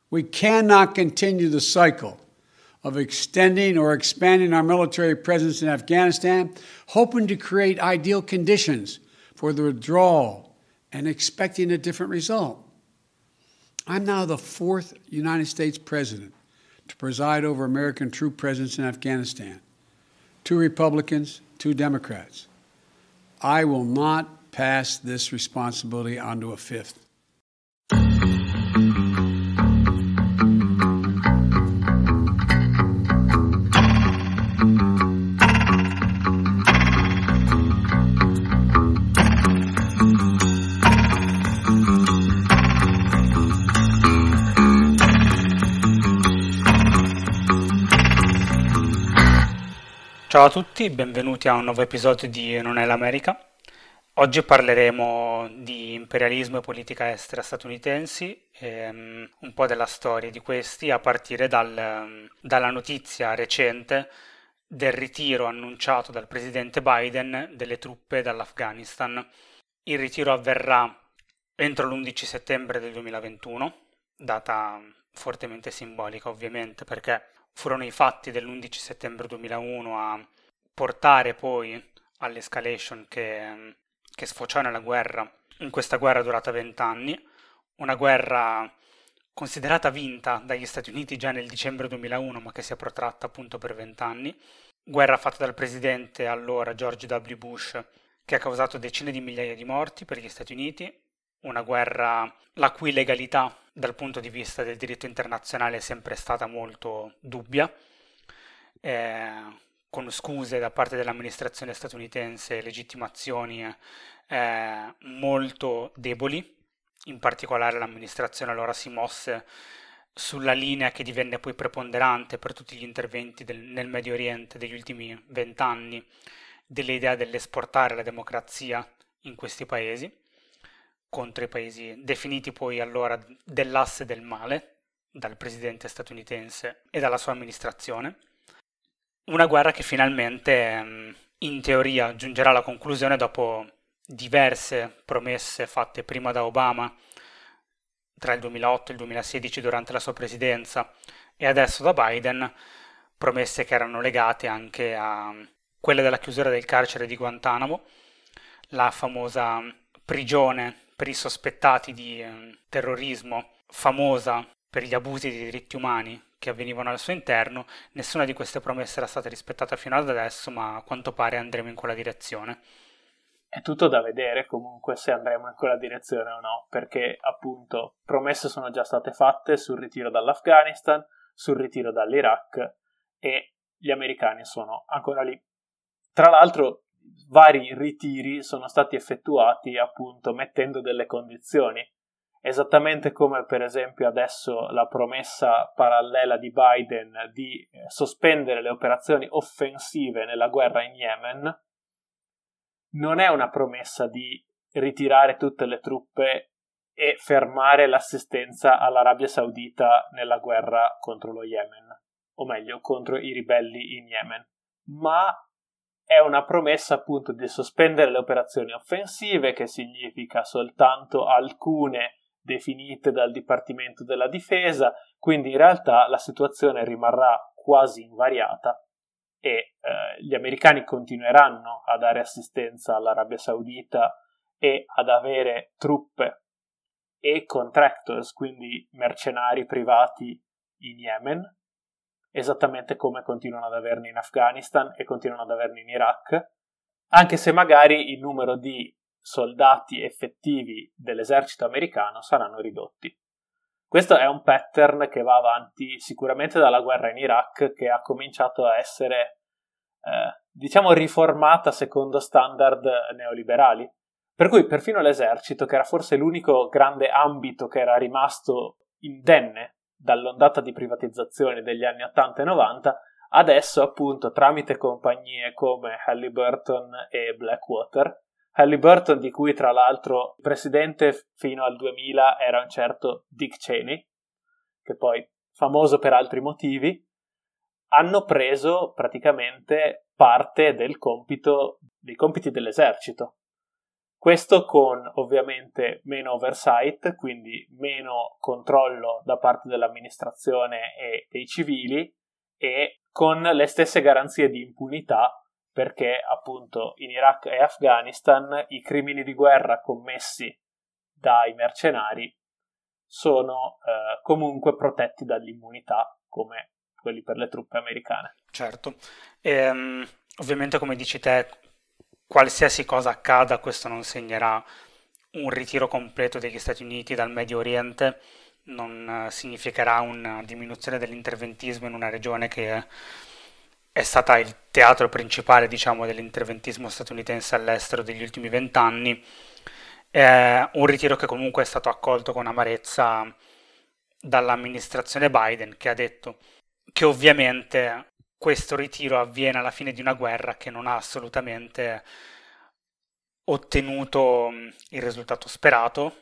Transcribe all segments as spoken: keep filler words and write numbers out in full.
We cannot continue the cycle of extending or expanding our military presence in Afghanistan, hoping to create ideal conditions for the withdrawal and expecting a different result. I'm now the fourth United States president to preside over American troop presence in Afghanistan. Two Republicans, two Democrats. I will not pass this responsibility on to a fifth. Ciao a tutti, benvenuti a un nuovo episodio di Non è l'America. Oggi parleremo di imperialismo e politica estera statunitensi e um, un po' della storia di questi, a partire dal, um, dalla notizia recente del ritiro annunciato dal presidente Biden delle truppe dall'Afghanistan. Il ritiro avverrà entro l'undici settembre del duemilaventuno, data fortemente simbolica ovviamente, perché furono i fatti dell'undici settembre duemilauno a portare poi all'escalation che, che sfociò nella guerra, in questa guerra durata vent'anni, una guerra considerata vinta dagli Stati Uniti già nel dicembre duemilauno, ma che si è protratta appunto per vent'anni, guerra fatta dal presidente allora George W. Bush, che ha causato decine di migliaia di morti per gli Stati Uniti, una guerra la cui legalità dal punto di vista del diritto internazionale è sempre stata molto dubbia, eh, con scuse da parte dell'amministrazione statunitense e legittimazioni eh, molto deboli. In particolare l'amministrazione allora si mosse sulla linea che divenne poi preponderante per tutti gli interventi del, nel Medio Oriente degli ultimi vent'anni, dell'idea dell'esportare la democrazia in questi paesi, contro i paesi definiti poi allora dell'asse del male dal presidente statunitense e dalla sua amministrazione. Una guerra che finalmente in teoria giungerà alla conclusione dopo diverse promesse fatte prima da Obama tra il duemilaotto e il duemilasedici durante la sua presidenza e adesso da Biden, promesse che erano legate anche a quelle della chiusura del carcere di Guantanamo, la famosa prigione per i sospettati di eh, terrorismo, famosa per gli abusi dei diritti umani che avvenivano al suo interno. Nessuna di queste promesse era stata rispettata fino ad adesso, ma a quanto pare andremo in quella direzione. È tutto da vedere comunque se andremo in quella direzione o no, perché appunto promesse sono già state fatte sul ritiro dall'Afghanistan, sul ritiro dall'Iraq e gli americani sono ancora lì. Tra l'altro vari ritiri sono stati effettuati appunto mettendo delle condizioni, esattamente come per esempio adesso la promessa parallela di Biden di sospendere le operazioni offensive nella guerra in Yemen. Non è una promessa di ritirare tutte le truppe e fermare l'assistenza all'Arabia Saudita nella guerra contro lo Yemen, o meglio contro i ribelli in Yemen, ma è una promessa appunto di sospendere le operazioni offensive, che significa soltanto alcune definite dal Dipartimento della Difesa, quindi in realtà la situazione rimarrà quasi invariata e eh, gli americani continueranno a dare assistenza all'Arabia Saudita e ad avere truppe e contractors, quindi mercenari privati in Yemen, esattamente come continuano ad averne in Afghanistan e continuano ad averne in Iraq, anche se magari il numero di soldati effettivi dell'esercito americano saranno ridotti. Questo è un pattern che va avanti sicuramente dalla guerra in Iraq, che ha cominciato a essere, eh, diciamo, riformata secondo standard neoliberali, per cui perfino l'esercito, che era forse l'unico grande ambito che era rimasto indenne dall'ondata di privatizzazione degli anni ottanta e novanta, adesso appunto tramite compagnie come Halliburton e Blackwater, Halliburton di cui tra l'altro il presidente fino al duemila era un certo Dick Cheney, che poi famoso per altri motivi, hanno preso praticamente parte del compito, dei compiti dell'esercito. Questo con ovviamente meno oversight, quindi meno controllo da parte dell'amministrazione e dei civili, e con le stesse garanzie di impunità, perché appunto in Iraq e Afghanistan i crimini di guerra commessi dai mercenari sono eh, comunque protetti dall'immunità, come quelli per le truppe americane. Certo, Ehm, ovviamente come dici te, qualsiasi cosa accada, questo non segnerà un ritiro completo degli Stati Uniti dal Medio Oriente, non eh, significherà una diminuzione dell'interventismo in una regione che è stata il teatro principale, diciamo, dell'interventismo statunitense all'estero degli ultimi vent'anni. È un ritiro che comunque è stato accolto con amarezza dall'amministrazione Biden, che ha detto che ovviamente questo ritiro avviene alla fine di una guerra che non ha assolutamente ottenuto mh, il risultato sperato.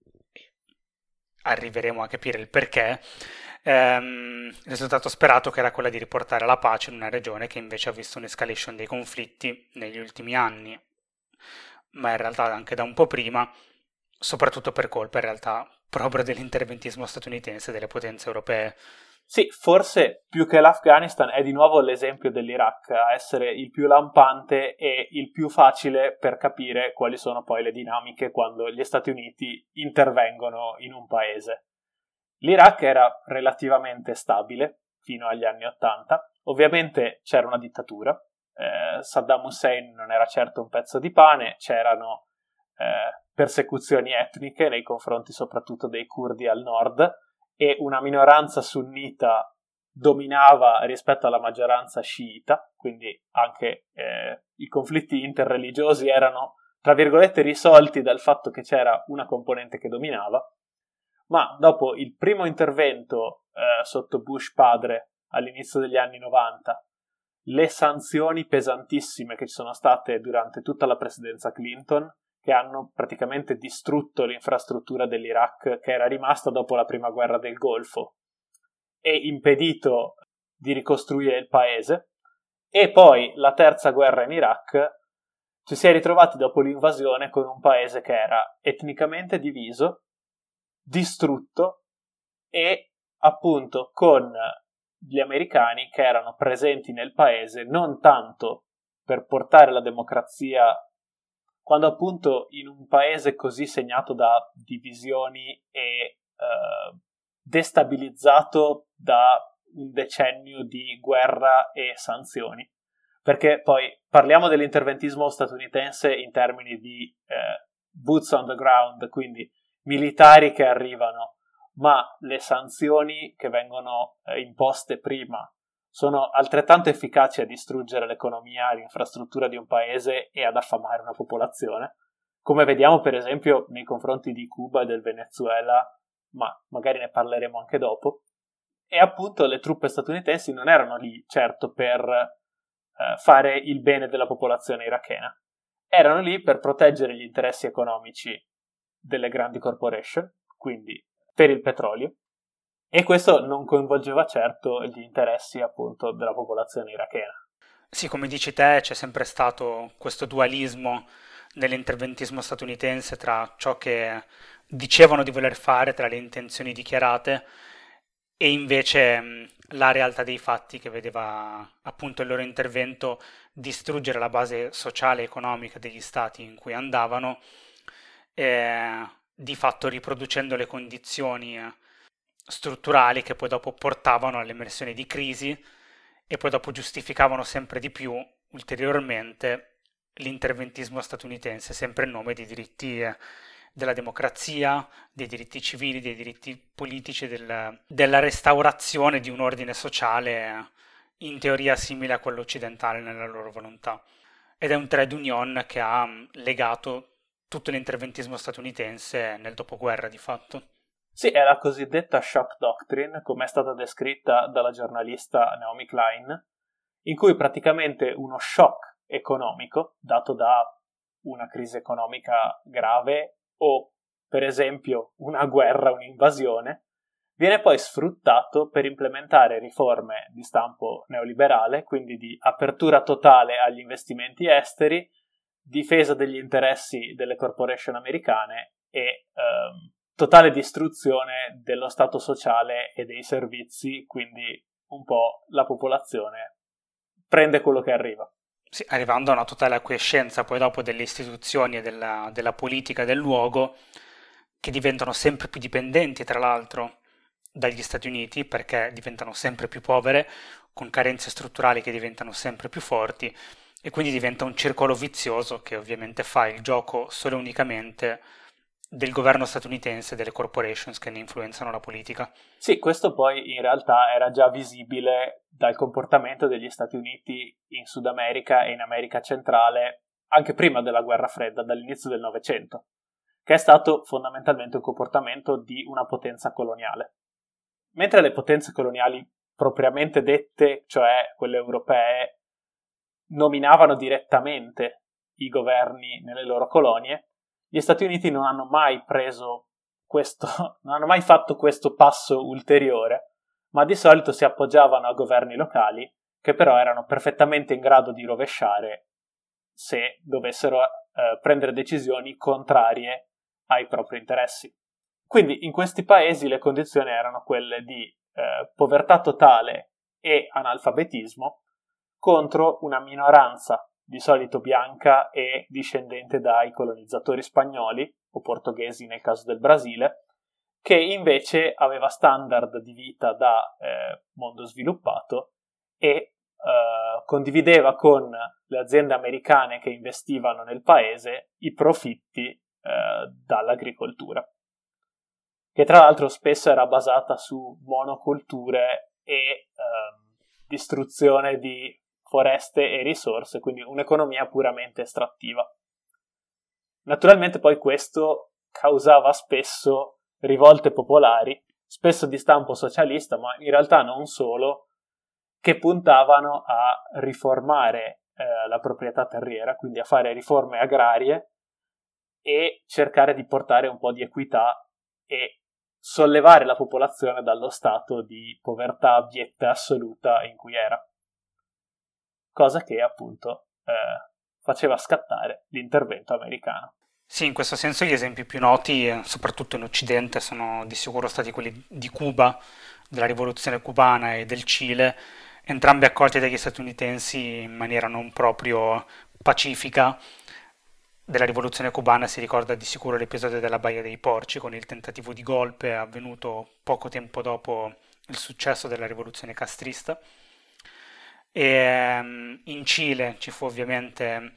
Arriveremo a capire il perché. Ehm, il risultato sperato che era quello di riportare la pace in una regione che invece ha visto un'escalation dei conflitti negli ultimi anni, ma in realtà anche da un po' prima, soprattutto per colpa in realtà proprio dell'interventismo statunitense e delle potenze europee. Sì, forse più che l'Afghanistan è di nuovo l'esempio dell'Iraq a essere il più lampante e il più facile per capire quali sono poi le dinamiche quando gli Stati Uniti intervengono in un paese. L'Iraq era relativamente stabile fino agli anni Ottanta, ovviamente c'era una dittatura, eh, Saddam Hussein non era certo un pezzo di pane, c'erano eh, persecuzioni etniche nei confronti soprattutto dei curdi al nord, e una minoranza sunnita dominava rispetto alla maggioranza sciita, quindi anche eh, i conflitti interreligiosi erano, tra virgolette, risolti dal fatto che c'era una componente che dominava, ma dopo il primo intervento eh, sotto Bush padre all'inizio degli anni novanta, le sanzioni pesantissime che ci sono state durante tutta la presidenza Clinton, che hanno praticamente distrutto l'infrastruttura dell'Iraq che era rimasta dopo la prima guerra del Golfo e impedito di ricostruire il paese, e poi la terza guerra in Iraq, ci si è ritrovati dopo l'invasione con un paese che era etnicamente diviso, distrutto e appunto con gli americani che erano presenti nel paese non tanto per portare la democrazia, quando appunto in un paese così segnato da divisioni e eh, destabilizzato da un decennio di guerra e sanzioni. Perché poi parliamo dell'interventismo statunitense in termini di eh, boots on the ground, quindi militari che arrivano, ma le sanzioni che vengono eh, imposte prima sono altrettanto efficaci a distruggere l'economia e l'infrastruttura di un paese e ad affamare una popolazione, come vediamo per esempio nei confronti di Cuba e del Venezuela, ma magari ne parleremo anche dopo. E appunto le truppe statunitensi non erano lì certo per eh, fare il bene della popolazione irachena, erano lì per proteggere gli interessi economici delle grandi corporation, quindi per il petrolio, e questo non coinvolgeva certo gli interessi appunto della popolazione irachena. Sì, come dici te, c'è sempre stato questo dualismo nell'interventismo statunitense tra ciò che dicevano di voler fare, tra le intenzioni dichiarate, e invece mh, la realtà dei fatti che vedeva appunto il loro intervento distruggere la base sociale e economica degli stati in cui andavano, eh, di fatto riproducendo le condizioni eh, strutturali che poi dopo portavano all'emersione di crisi e poi dopo giustificavano sempre di più ulteriormente l'interventismo statunitense, sempre in nome dei diritti eh, della democrazia, dei diritti civili, dei diritti politici, del- della restaurazione di un ordine sociale eh, in teoria simile a quello occidentale nella loro volontà. Ed è un trade union che ha mh, legato tutto l'interventismo statunitense nel dopoguerra di fatto. Sì, è la cosiddetta shock doctrine, come è stata descritta dalla giornalista Naomi Klein, in cui praticamente uno shock economico dato da una crisi economica grave o per esempio una guerra, un'invasione, viene poi sfruttato per implementare riforme di stampo neoliberale, quindi di apertura totale agli investimenti esteri, difesa degli interessi delle corporation americane e ehm, totale distruzione dello stato sociale e dei servizi, quindi un po' la popolazione prende quello che arriva. Sì, arrivando a una totale acquiescenza poi dopo delle istituzioni e della, della politica del luogo, che diventano sempre più dipendenti, tra l'altro, dagli Stati Uniti, perché diventano sempre più povere, con carenze strutturali che diventano sempre più forti, e quindi diventa un circolo vizioso che ovviamente fa il gioco solo e unicamente del governo statunitense e delle corporations che ne influenzano la politica. Sì, questo poi in realtà era già visibile dal comportamento degli Stati Uniti in Sud America e in America centrale anche prima della guerra fredda, dall'inizio del Novecento, che è stato fondamentalmente un comportamento di una potenza coloniale. Mentre le potenze coloniali propriamente dette, cioè quelle europee, nominavano direttamente i governi nelle loro colonie, gli Stati Uniti non hanno mai preso questo, non hanno mai fatto questo passo ulteriore, ma di solito si appoggiavano a governi locali che però erano perfettamente in grado di rovesciare se dovessero eh, prendere decisioni contrarie ai propri interessi. Quindi in questi paesi le condizioni erano quelle di eh, povertà totale e analfabetismo contro una minoranza di solito bianca e discendente dai colonizzatori spagnoli o portoghesi nel caso del Brasile, che invece aveva standard di vita da eh, mondo sviluppato e eh, condivideva con le aziende americane che investivano nel paese i profitti eh, dall'agricoltura, che tra l'altro spesso era basata su monoculture e eh, distruzione di foreste e risorse, quindi un'economia puramente estrattiva. Naturalmente poi questo causava spesso rivolte popolari, spesso di stampo socialista, ma in realtà non solo, che puntavano a riformare eh, la proprietà terriera, quindi a fare riforme agrarie e cercare di portare un po' di equità e sollevare la popolazione dallo stato di povertà abietta assoluta in cui era. Cosa che appunto eh, faceva scattare l'intervento americano. Sì, in questo senso gli esempi più noti, eh, soprattutto in Occidente, sono di sicuro stati quelli di Cuba, della rivoluzione cubana e del Cile, entrambi accolti dagli statunitensi in maniera non proprio pacifica. Della rivoluzione cubana si ricorda di sicuro l'episodio della Baia dei Porci, con il tentativo di golpe avvenuto poco tempo dopo il successo della rivoluzione castrista. E um, in Cile ci fu ovviamente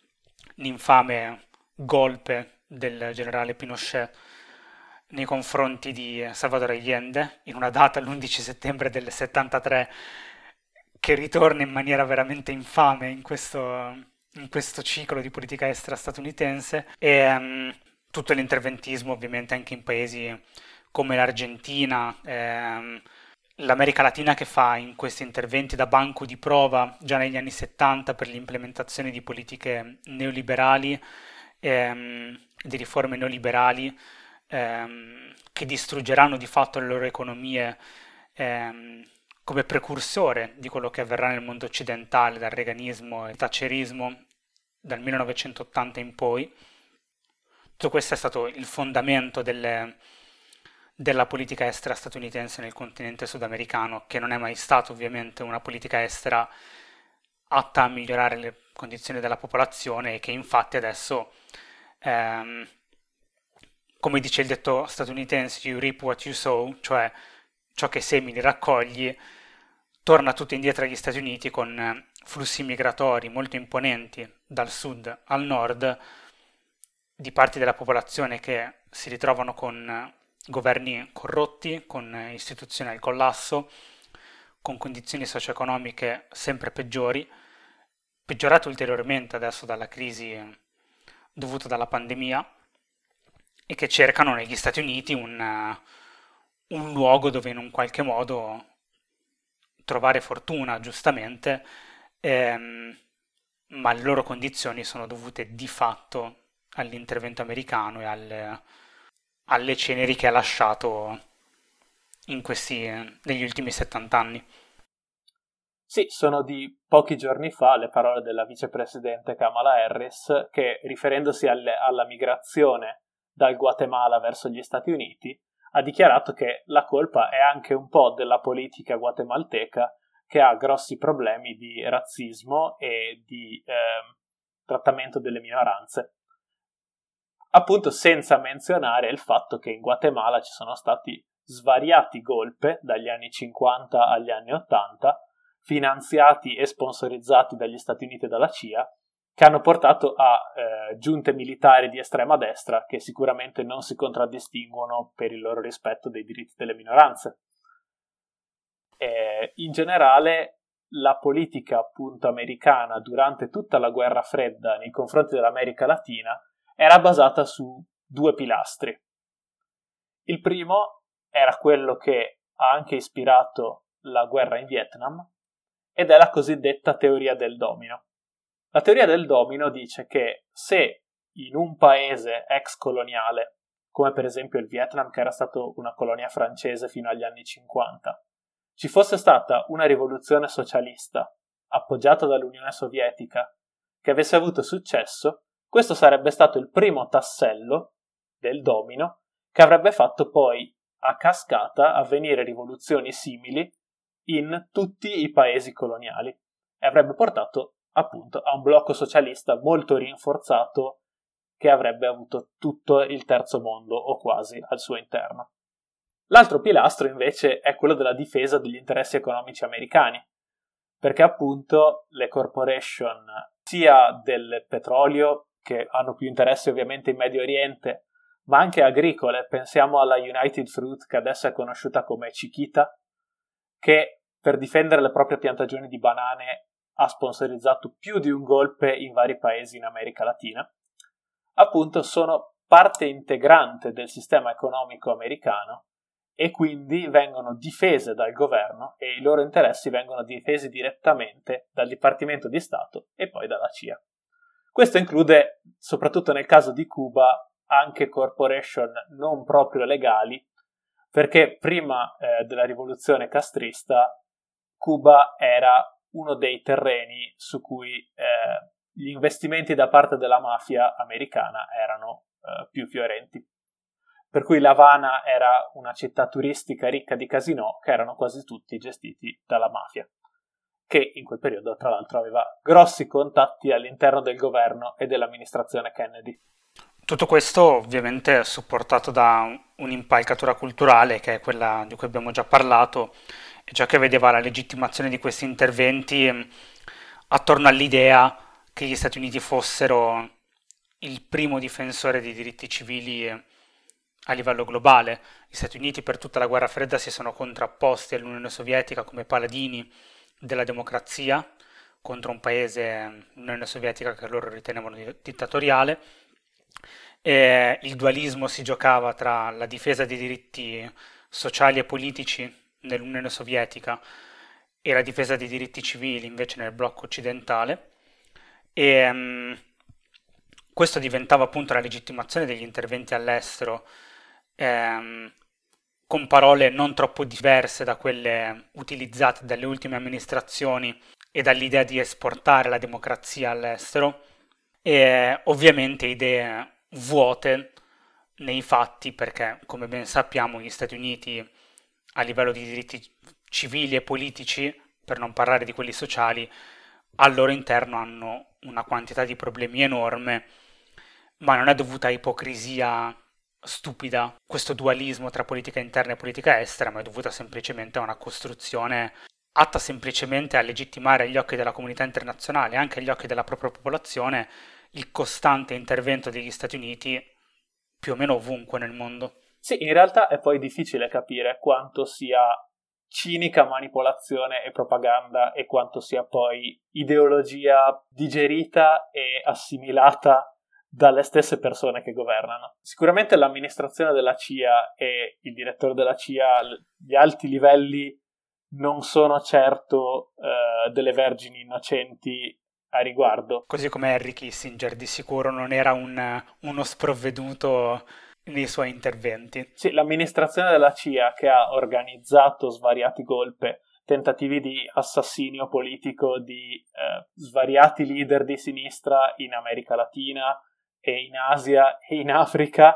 l'infame golpe del generale Pinochet nei confronti di Salvador Allende in una data, l'undici settembre del settantatré, che ritorna in maniera veramente infame in questo, in questo ciclo di politica estera statunitense, e um, tutto l'interventismo ovviamente anche in paesi come l'Argentina, ehm, l'America Latina, che fa in questi interventi da banco di prova già negli anni settanta per l'implementazione di politiche neoliberali, ehm, di riforme neoliberali ehm, che distruggeranno di fatto le loro economie, ehm, come precursore di quello che avverrà nel mondo occidentale dal reaganismo e thatcherismo dal millenovecentottanta in poi. Tutto questo è stato il fondamento delle della politica estera statunitense nel continente sudamericano, che non è mai stata ovviamente una politica estera atta a migliorare le condizioni della popolazione e che infatti adesso, ehm, come dice il detto statunitense, you reap what you sow, cioè ciò che semini raccogli, torna tutto indietro agli Stati Uniti con flussi migratori molto imponenti dal sud al nord di parti della popolazione che si ritrovano con governi corrotti, con istituzioni al collasso, con condizioni socio-economiche sempre peggiori, peggiorate ulteriormente adesso dalla crisi dovuta dalla pandemia, e che cercano negli Stati Uniti un, un luogo dove in un qualche modo trovare fortuna, giustamente, ehm, ma le loro condizioni sono dovute di fatto all'intervento americano e al alle ceneri che ha lasciato in questi, negli ultimi settanta anni. Sì, sono di pochi giorni fa le parole della vicepresidente Kamala Harris che, riferendosi alle, alla migrazione dal Guatemala verso gli Stati Uniti, ha dichiarato che la colpa è anche un po' della politica guatemalteca, che ha grossi problemi di razzismo e di eh, trattamento delle minoranze. Appunto, senza menzionare il fatto che in Guatemala ci sono stati svariati golpe dagli anni cinquanta agli anni ottanta, finanziati e sponsorizzati dagli Stati Uniti e dalla C I A, che hanno portato a eh, giunte militari di estrema destra che sicuramente non si contraddistinguono per il loro rispetto dei diritti delle minoranze. E, in generale, la politica appunto americana durante tutta la guerra fredda nei confronti dell'America Latina era basata su due pilastri. Il primo era quello che ha anche ispirato la guerra in Vietnam, ed è la cosiddetta teoria del domino. La teoria del domino dice che se in un paese ex coloniale, come per esempio il Vietnam, che era stato una colonia francese fino agli anni cinquanta, ci fosse stata una rivoluzione socialista appoggiata dall'Unione Sovietica che avesse avuto successo, questo sarebbe stato il primo tassello del domino che avrebbe fatto poi a cascata avvenire rivoluzioni simili in tutti i paesi coloniali e avrebbe portato appunto a un blocco socialista molto rinforzato che avrebbe avuto tutto il terzo mondo o quasi al suo interno. L'altro pilastro invece è quello della difesa degli interessi economici americani, perché appunto le corporation sia del petrolio, che hanno più interessi ovviamente in Medio Oriente, ma anche agricole, pensiamo alla United Fruit, che adesso è conosciuta come Chiquita, che per difendere le proprie piantagioni di banane ha sponsorizzato più di un golpe in vari paesi in America Latina, appunto sono parte integrante del sistema economico americano e quindi vengono difese dal governo e i loro interessi vengono difesi direttamente dal Dipartimento di Stato e poi dalla C I A. Questo include, soprattutto nel caso di Cuba, anche corporation non proprio legali, perché prima eh, della rivoluzione castrista Cuba era uno dei terreni su cui eh, gli investimenti da parte della mafia americana erano eh, più fiorenti. Per cui La Habana era una città turistica ricca di casinò che erano quasi tutti gestiti dalla mafia, che in quel periodo tra l'altro aveva grossi contatti all'interno del governo e dell'amministrazione Kennedy. Tutto questo ovviamente è supportato da un'impalcatura culturale che è quella di cui abbiamo già parlato, e ciò che vedeva la legittimazione di questi interventi attorno all'idea che gli Stati Uniti fossero il primo difensore dei diritti civili a livello globale. Gli Stati Uniti per tutta la guerra fredda si sono contrapposti all'Unione Sovietica come paladini della democrazia contro un paese, l'Unione Sovietica, che loro ritenevano dittatoriale. E il dualismo si giocava tra la difesa dei diritti sociali e politici nell'Unione Sovietica e la difesa dei diritti civili invece nel blocco occidentale, e um, questo diventava appunto la legittimazione degli interventi all'estero, um, con parole non troppo diverse da quelle utilizzate dalle ultime amministrazioni e dall'idea di esportare la democrazia all'estero, e ovviamente idee vuote nei fatti, perché come ben sappiamo gli Stati Uniti a livello di diritti civili e politici, per non parlare di quelli sociali, al loro interno hanno una quantità di problemi enorme, ma non è dovuta a ipocrisia stupida, questo dualismo tra politica interna e politica estera, ma è dovuta semplicemente a una costruzione atta semplicemente a legittimare agli occhi della comunità internazionale, anche agli occhi della propria popolazione, il costante intervento degli Stati Uniti più o meno ovunque nel mondo. Sì, in realtà è poi difficile capire quanto sia cinica manipolazione e propaganda e quanto sia poi ideologia digerita e assimilata dalle stesse persone che governano. Sicuramente l'amministrazione della C I A e il direttore della C I A, gli alti livelli, non sono certo eh, delle vergini innocenti a riguardo. Così come Henry Kissinger di sicuro non era un, uno sprovveduto nei suoi interventi. Sì, l'amministrazione della C I A, che ha organizzato svariati golpe, tentativi di assassinio politico di eh, svariati leader di sinistra in America Latina e in Asia e in Africa,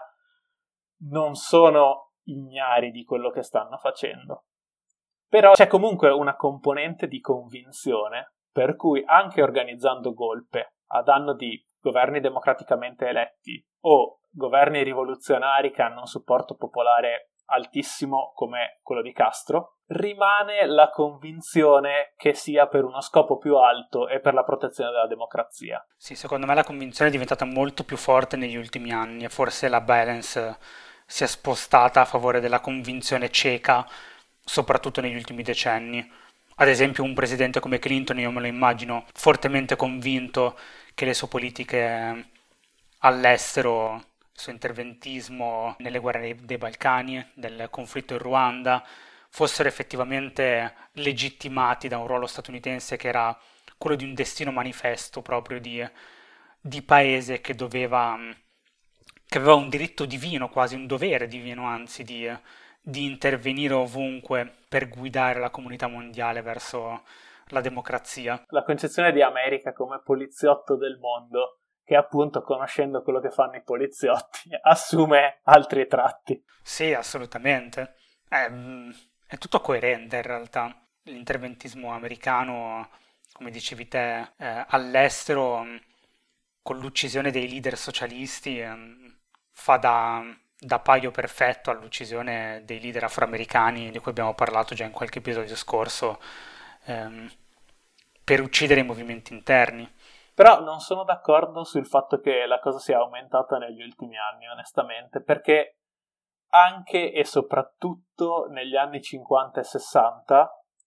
non sono ignari di quello che stanno facendo. Però c'è comunque una componente di convinzione per cui anche organizzando golpe a danno di governi democraticamente eletti o governi rivoluzionari che hanno un supporto popolare altissimo come quello di Castro, rimane la convinzione che sia per uno scopo più alto e per la protezione della democrazia. Sì, secondo me la convinzione è diventata molto più forte negli ultimi anni e forse la balance si è spostata a favore della convinzione cieca, soprattutto negli ultimi decenni. Ad esempio un presidente come Clinton, io me lo immagino fortemente convinto che le sue politiche all'estero, il suo interventismo nelle guerre dei, dei Balcani, del conflitto in Ruanda, fossero effettivamente legittimati da un ruolo statunitense che era quello di un destino manifesto proprio di, di paese che doveva, che aveva un diritto divino, quasi un dovere divino, anzi, di, di intervenire ovunque per guidare la comunità mondiale verso la democrazia. La concezione di America come poliziotto del mondo, che appunto, conoscendo quello che fanno i poliziotti, assume altri tratti. Sì, assolutamente. È, è tutto coerente in realtà. L'interventismo americano, come dicevi te, eh, all'estero, con l'uccisione dei leader socialisti, eh, fa da, da paio perfetto all'uccisione dei leader afroamericani, di cui abbiamo parlato già in qualche episodio scorso, ehm, per uccidere i movimenti interni. Però non sono d'accordo sul fatto che la cosa sia aumentata negli ultimi anni, onestamente, perché anche e soprattutto negli anni cinquanta e sessanta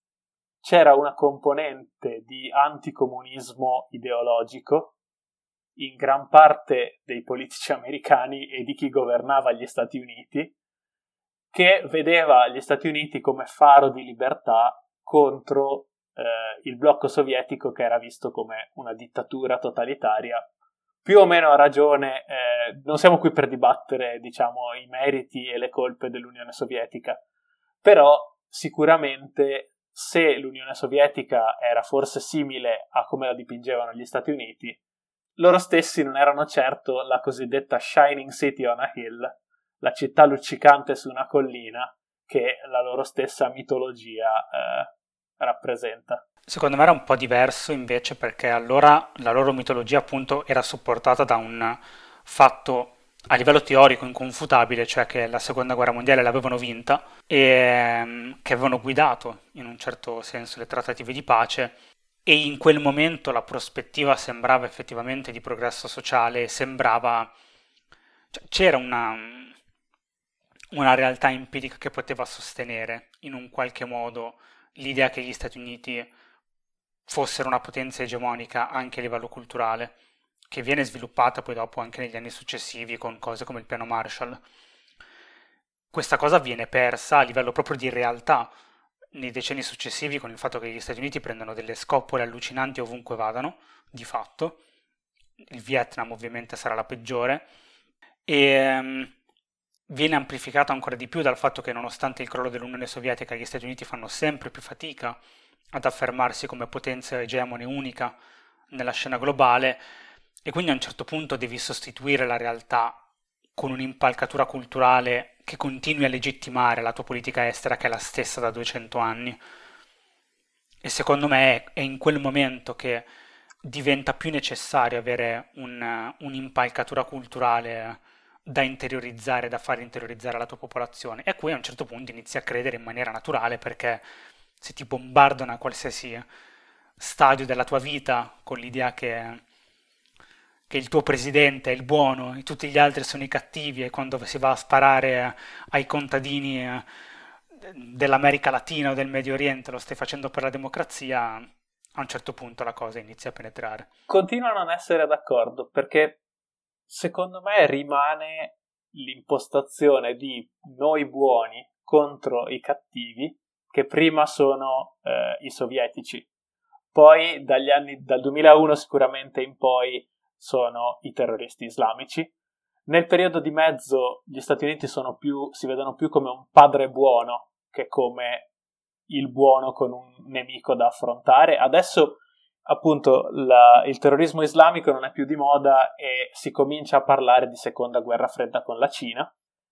c'era una componente di anticomunismo ideologico in gran parte dei politici americani e di chi governava gli Stati Uniti, che vedeva gli Stati Uniti come faro di libertà contro eh, il blocco sovietico, che era visto come una dittatura totalitaria. Più o meno a ragione, eh, non siamo qui per dibattere, diciamo, i meriti e le colpe dell'Unione Sovietica, però sicuramente se l'Unione Sovietica era forse simile a come la dipingevano gli Stati Uniti, loro stessi non erano certo la cosiddetta Shining City on a Hill, la città luccicante su una collina che la loro stessa mitologia eh, rappresenta. Secondo me era un po' diverso invece, perché allora la loro mitologia appunto era supportata da un fatto a livello teorico inconfutabile, cioè che la seconda guerra mondiale l'avevano vinta e um, che avevano guidato in un certo senso le trattative di pace, e in quel momento la prospettiva sembrava effettivamente di progresso sociale, sembrava, cioè, c'era una, una realtà empirica che poteva sostenere in un qualche modo l'idea che gli Stati Uniti fossero una potenza egemonica anche a livello culturale, che viene sviluppata poi dopo anche negli anni successivi con cose come il piano Marshall. Questa cosa viene persa a livello proprio di realtà nei decenni successivi, con il fatto che gli Stati Uniti prendono delle scoppole allucinanti ovunque vadano, di fatto. Il Vietnam ovviamente sarà la peggiore, e um, viene amplificato ancora di più dal fatto che, nonostante il crollo dell'Unione Sovietica, gli Stati Uniti fanno sempre più fatica ad affermarsi come potenza egemone unica nella scena globale, e quindi a un certo punto devi sostituire la realtà con un'impalcatura culturale che continui a legittimare la tua politica estera, che è la stessa da duecento anni. E secondo me è in quel momento che diventa più necessario avere un, un'impalcatura culturale da interiorizzare, da far interiorizzare la tua popolazione, e a cui a un certo punto inizi a credere in maniera naturale, perché se ti bombardano a qualsiasi stadio della tua vita con l'idea che, che il tuo presidente è il buono e tutti gli altri sono i cattivi, e quando si va a sparare ai contadini dell'America Latina o del Medio Oriente lo stai facendo per la democrazia, a un certo punto la cosa inizia a penetrare. Continuo a non essere d'accordo, perché secondo me rimane l'impostazione di noi buoni contro i cattivi, che prima sono eh, i sovietici, poi dagli anni, dal duemilauno sicuramente in poi sono i terroristi islamici. Nel periodo di mezzo gli Stati Uniti sono più, si vedono più come un padre buono che come il buono con un nemico da affrontare. Adesso appunto la, il terrorismo islamico non è più di moda e si comincia a parlare di seconda guerra fredda con la Cina,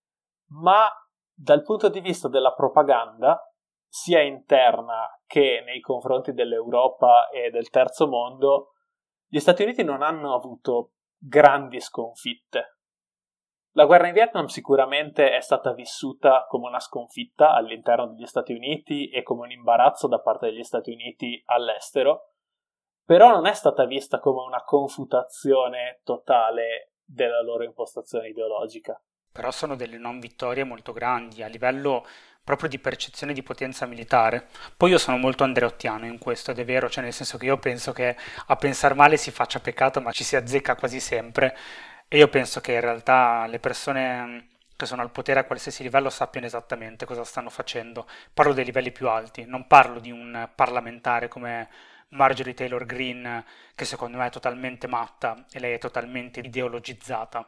ma dal punto di vista della propaganda, sia interna che nei confronti dell'Europa e del terzo mondo, gli Stati Uniti non hanno avuto grandi sconfitte. La guerra in Vietnam sicuramente è stata vissuta come una sconfitta all'interno degli Stati Uniti e come un imbarazzo da parte degli Stati Uniti all'estero, però non è stata vista come una confutazione totale della loro impostazione ideologica. Però sono delle non vittorie molto grandi a livello proprio di percezione di potenza militare. Poi io sono molto andreottiano in questo, ed è vero, cioè nel senso che io penso che a pensar male si faccia peccato, ma ci si azzecca quasi sempre, e io penso che in realtà le persone che sono al potere a qualsiasi livello sappiano esattamente cosa stanno facendo. Parlo dei livelli più alti, non parlo di un parlamentare come Marjorie Taylor Greene, che secondo me è totalmente matta e lei è totalmente ideologizzata.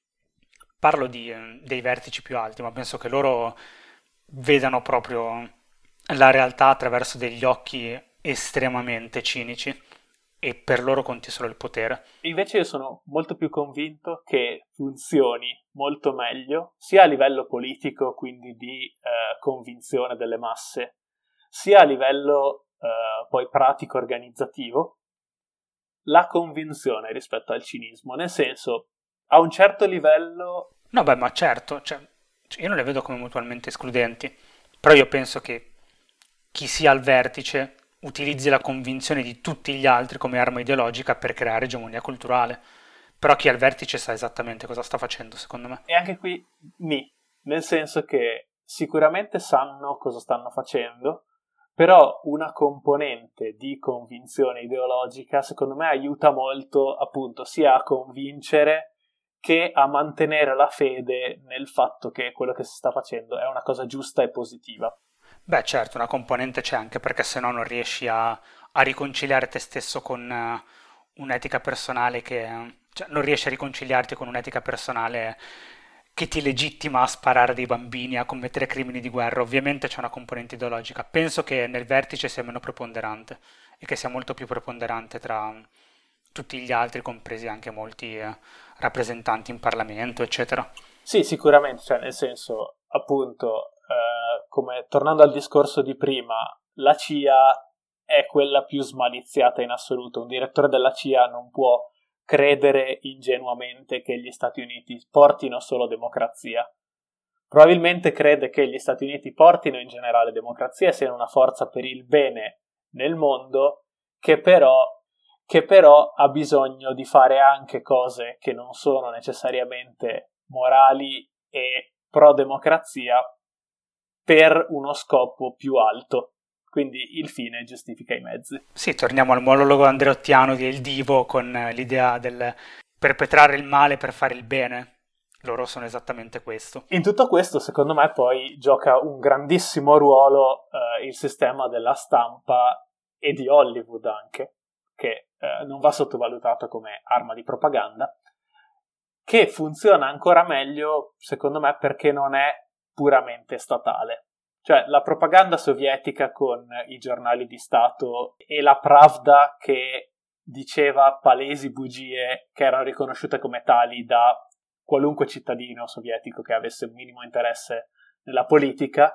Parlo di, eh, dei vertici più alti, ma penso che loro vedano proprio la realtà attraverso degli occhi estremamente cinici e per loro conti solo il potere. Invece io sono molto più convinto che funzioni molto meglio, sia a livello politico, quindi di eh, convinzione delle masse, sia a livello eh, poi pratico organizzativo, la convinzione rispetto al cinismo, nel senso, a un certo livello... No, beh, ma certo, cioè, io non le vedo come mutualmente escludenti, però io penso che chi sia al vertice utilizzi la convinzione di tutti gli altri come arma ideologica per creare egemonia culturale, però chi è al vertice sa esattamente cosa sta facendo, secondo me. E anche qui, ni, nel senso che sicuramente sanno cosa stanno facendo, però una componente di convinzione ideologica, secondo me, aiuta molto, appunto, sia a convincere che a mantenere la fede nel fatto che quello che si sta facendo è una cosa giusta e positiva. Beh, certo, una componente c'è anche perché se no non riesci a, a riconciliare te stesso con eh, un'etica personale che... cioè non riesci a riconciliarti con un'etica personale che ti legittima a sparare dei bambini, a commettere crimini di guerra. Ovviamente c'è una componente ideologica. Penso che nel vertice sia meno preponderante e che sia molto più preponderante tra tutti gli altri, compresi anche molti eh, rappresentanti in Parlamento, eccetera. Sì, sicuramente, cioè nel senso, appunto, eh, come tornando al discorso di prima, la C I A è quella più smaliziata in assoluto. Un direttore della C I A non può credere ingenuamente che gli Stati Uniti portino solo democrazia. Probabilmente crede che gli Stati Uniti portino in generale democrazia e siano una forza per il bene nel mondo, che però, che però ha bisogno di fare anche cose che non sono necessariamente morali e pro-democrazia per uno scopo più alto. Quindi il fine giustifica i mezzi. Sì, torniamo al monologo andreottiano di El Divo con l'idea del perpetrare il male per fare il bene. Loro sono esattamente questo. In tutto questo, secondo me, poi gioca un grandissimo ruolo eh, il sistema della stampa e di Hollywood anche, che eh, non va sottovalutato come arma di propaganda, che funziona ancora meglio, secondo me, perché non è puramente statale. Cioè, la propaganda sovietica con i giornali di Stato e la Pravda che diceva palesi bugie che erano riconosciute come tali da qualunque cittadino sovietico che avesse un minimo interesse nella politica,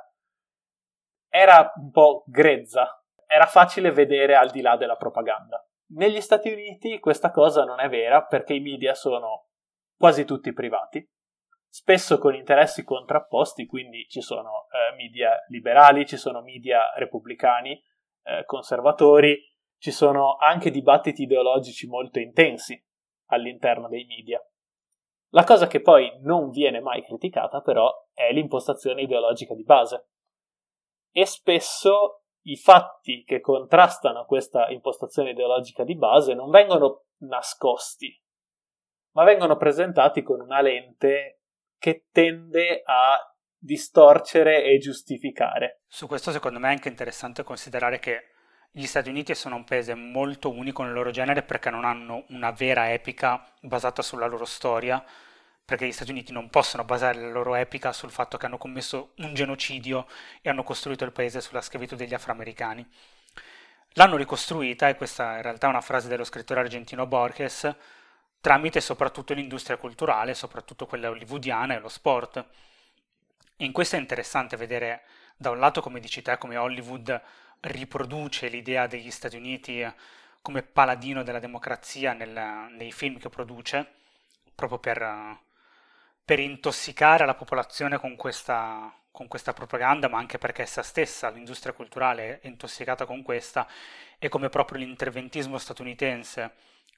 era un po' grezza. Era facile vedere al di là della propaganda. Negli Stati Uniti questa cosa non è vera perché i media sono quasi tutti privati, spesso con interessi contrapposti, quindi ci sono eh, media liberali, ci sono media repubblicani, eh, conservatori, ci sono anche dibattiti ideologici molto intensi all'interno dei media. La cosa che poi non viene mai criticata però è l'impostazione ideologica di base e spesso i fatti che contrastano questa impostazione ideologica di base non vengono nascosti, ma vengono presentati con una lente che tende a distorcere e giustificare. Su questo secondo me è anche interessante considerare che gli Stati Uniti sono un paese molto unico nel loro genere perché non hanno una vera epica basata sulla loro storia, perché gli Stati Uniti non possono basare la loro epica sul fatto che hanno commesso un genocidio e hanno costruito il paese sulla schiavitù degli afroamericani. L'hanno ricostruita, e questa in realtà è una frase dello scrittore argentino Borges, tramite soprattutto l'industria culturale, soprattutto quella hollywoodiana e lo sport. E in questo è interessante vedere da un lato, come dici te, come Hollywood riproduce l'idea degli Stati Uniti come paladino della democrazia nel, nei film che produce, proprio per, per intossicare la popolazione con questa, con questa propaganda, ma anche perché essa stessa, l'industria culturale, è intossicata con questa, e come proprio l'interventismo statunitense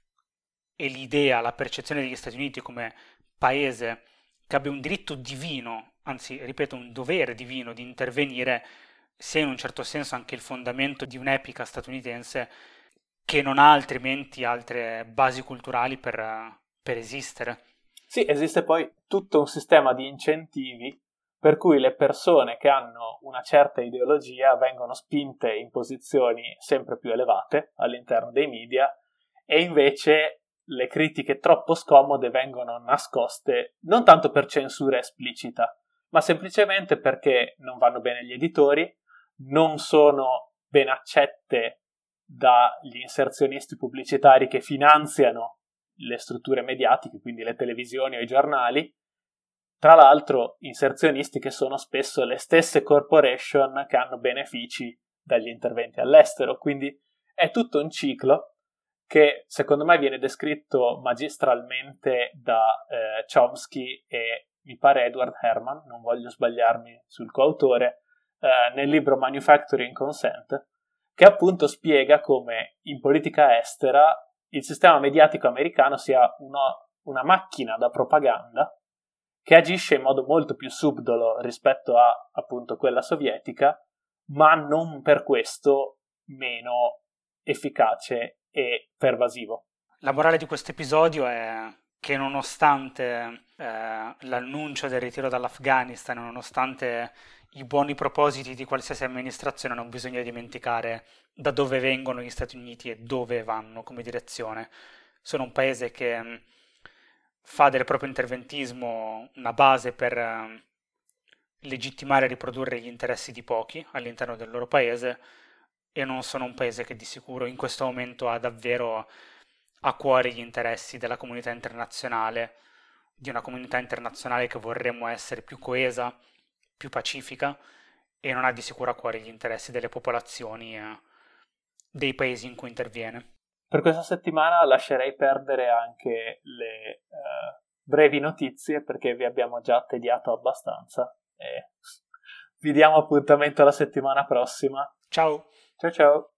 e l'idea, la percezione degli Stati Uniti come paese che abbia un diritto divino, anzi, ripeto, un dovere divino di intervenire, sia in un certo senso anche il fondamento di un'epica statunitense che non ha altrimenti altre basi culturali per, per esistere. Sì, esiste poi tutto un sistema di incentivi per cui le persone che hanno una certa ideologia vengono spinte in posizioni sempre più elevate all'interno dei media, e invece le critiche troppo scomode vengono nascoste non tanto per censura esplicita, ma semplicemente perché non vanno bene gli editori, non sono ben accette dagli inserzionisti pubblicitari che finanziano le strutture mediatiche, quindi le televisioni o i giornali. Tra l'altro inserzionisti che sono spesso le stesse corporation che hanno benefici dagli interventi all'estero, quindi è tutto un ciclo che secondo me viene descritto magistralmente da eh, Chomsky e mi pare Edward Herman, non voglio sbagliarmi sul coautore, eh, nel libro Manufacturing Consent, che appunto spiega come in politica estera il sistema mediatico americano sia uno, una macchina da propaganda che agisce in modo molto più subdolo rispetto a appunto quella sovietica, ma non per questo meno efficace e pervasivo. La morale di questo episodio è che nonostante eh, l'annuncio del ritiro dall'Afghanistan, nonostante i buoni propositi di qualsiasi amministrazione, non bisogna dimenticare da dove vengono gli Stati Uniti e dove vanno come direzione. Sono un paese che mh, fa del proprio interventismo una base per mh, legittimare e riprodurre gli interessi di pochi all'interno del loro paese, e non sono un paese che di sicuro in questo momento ha davvero a cuore gli interessi della comunità internazionale, di una comunità internazionale che vorremmo essere più coesa, più pacifica, e non ha di sicuro a cuore gli interessi delle popolazioni eh, dei paesi in cui interviene. Per questa settimana lascerei perdere anche le uh, brevi notizie, perché vi abbiamo già tediato abbastanza, e vi diamo appuntamento la settimana prossima. Ciao! Ciao ciao!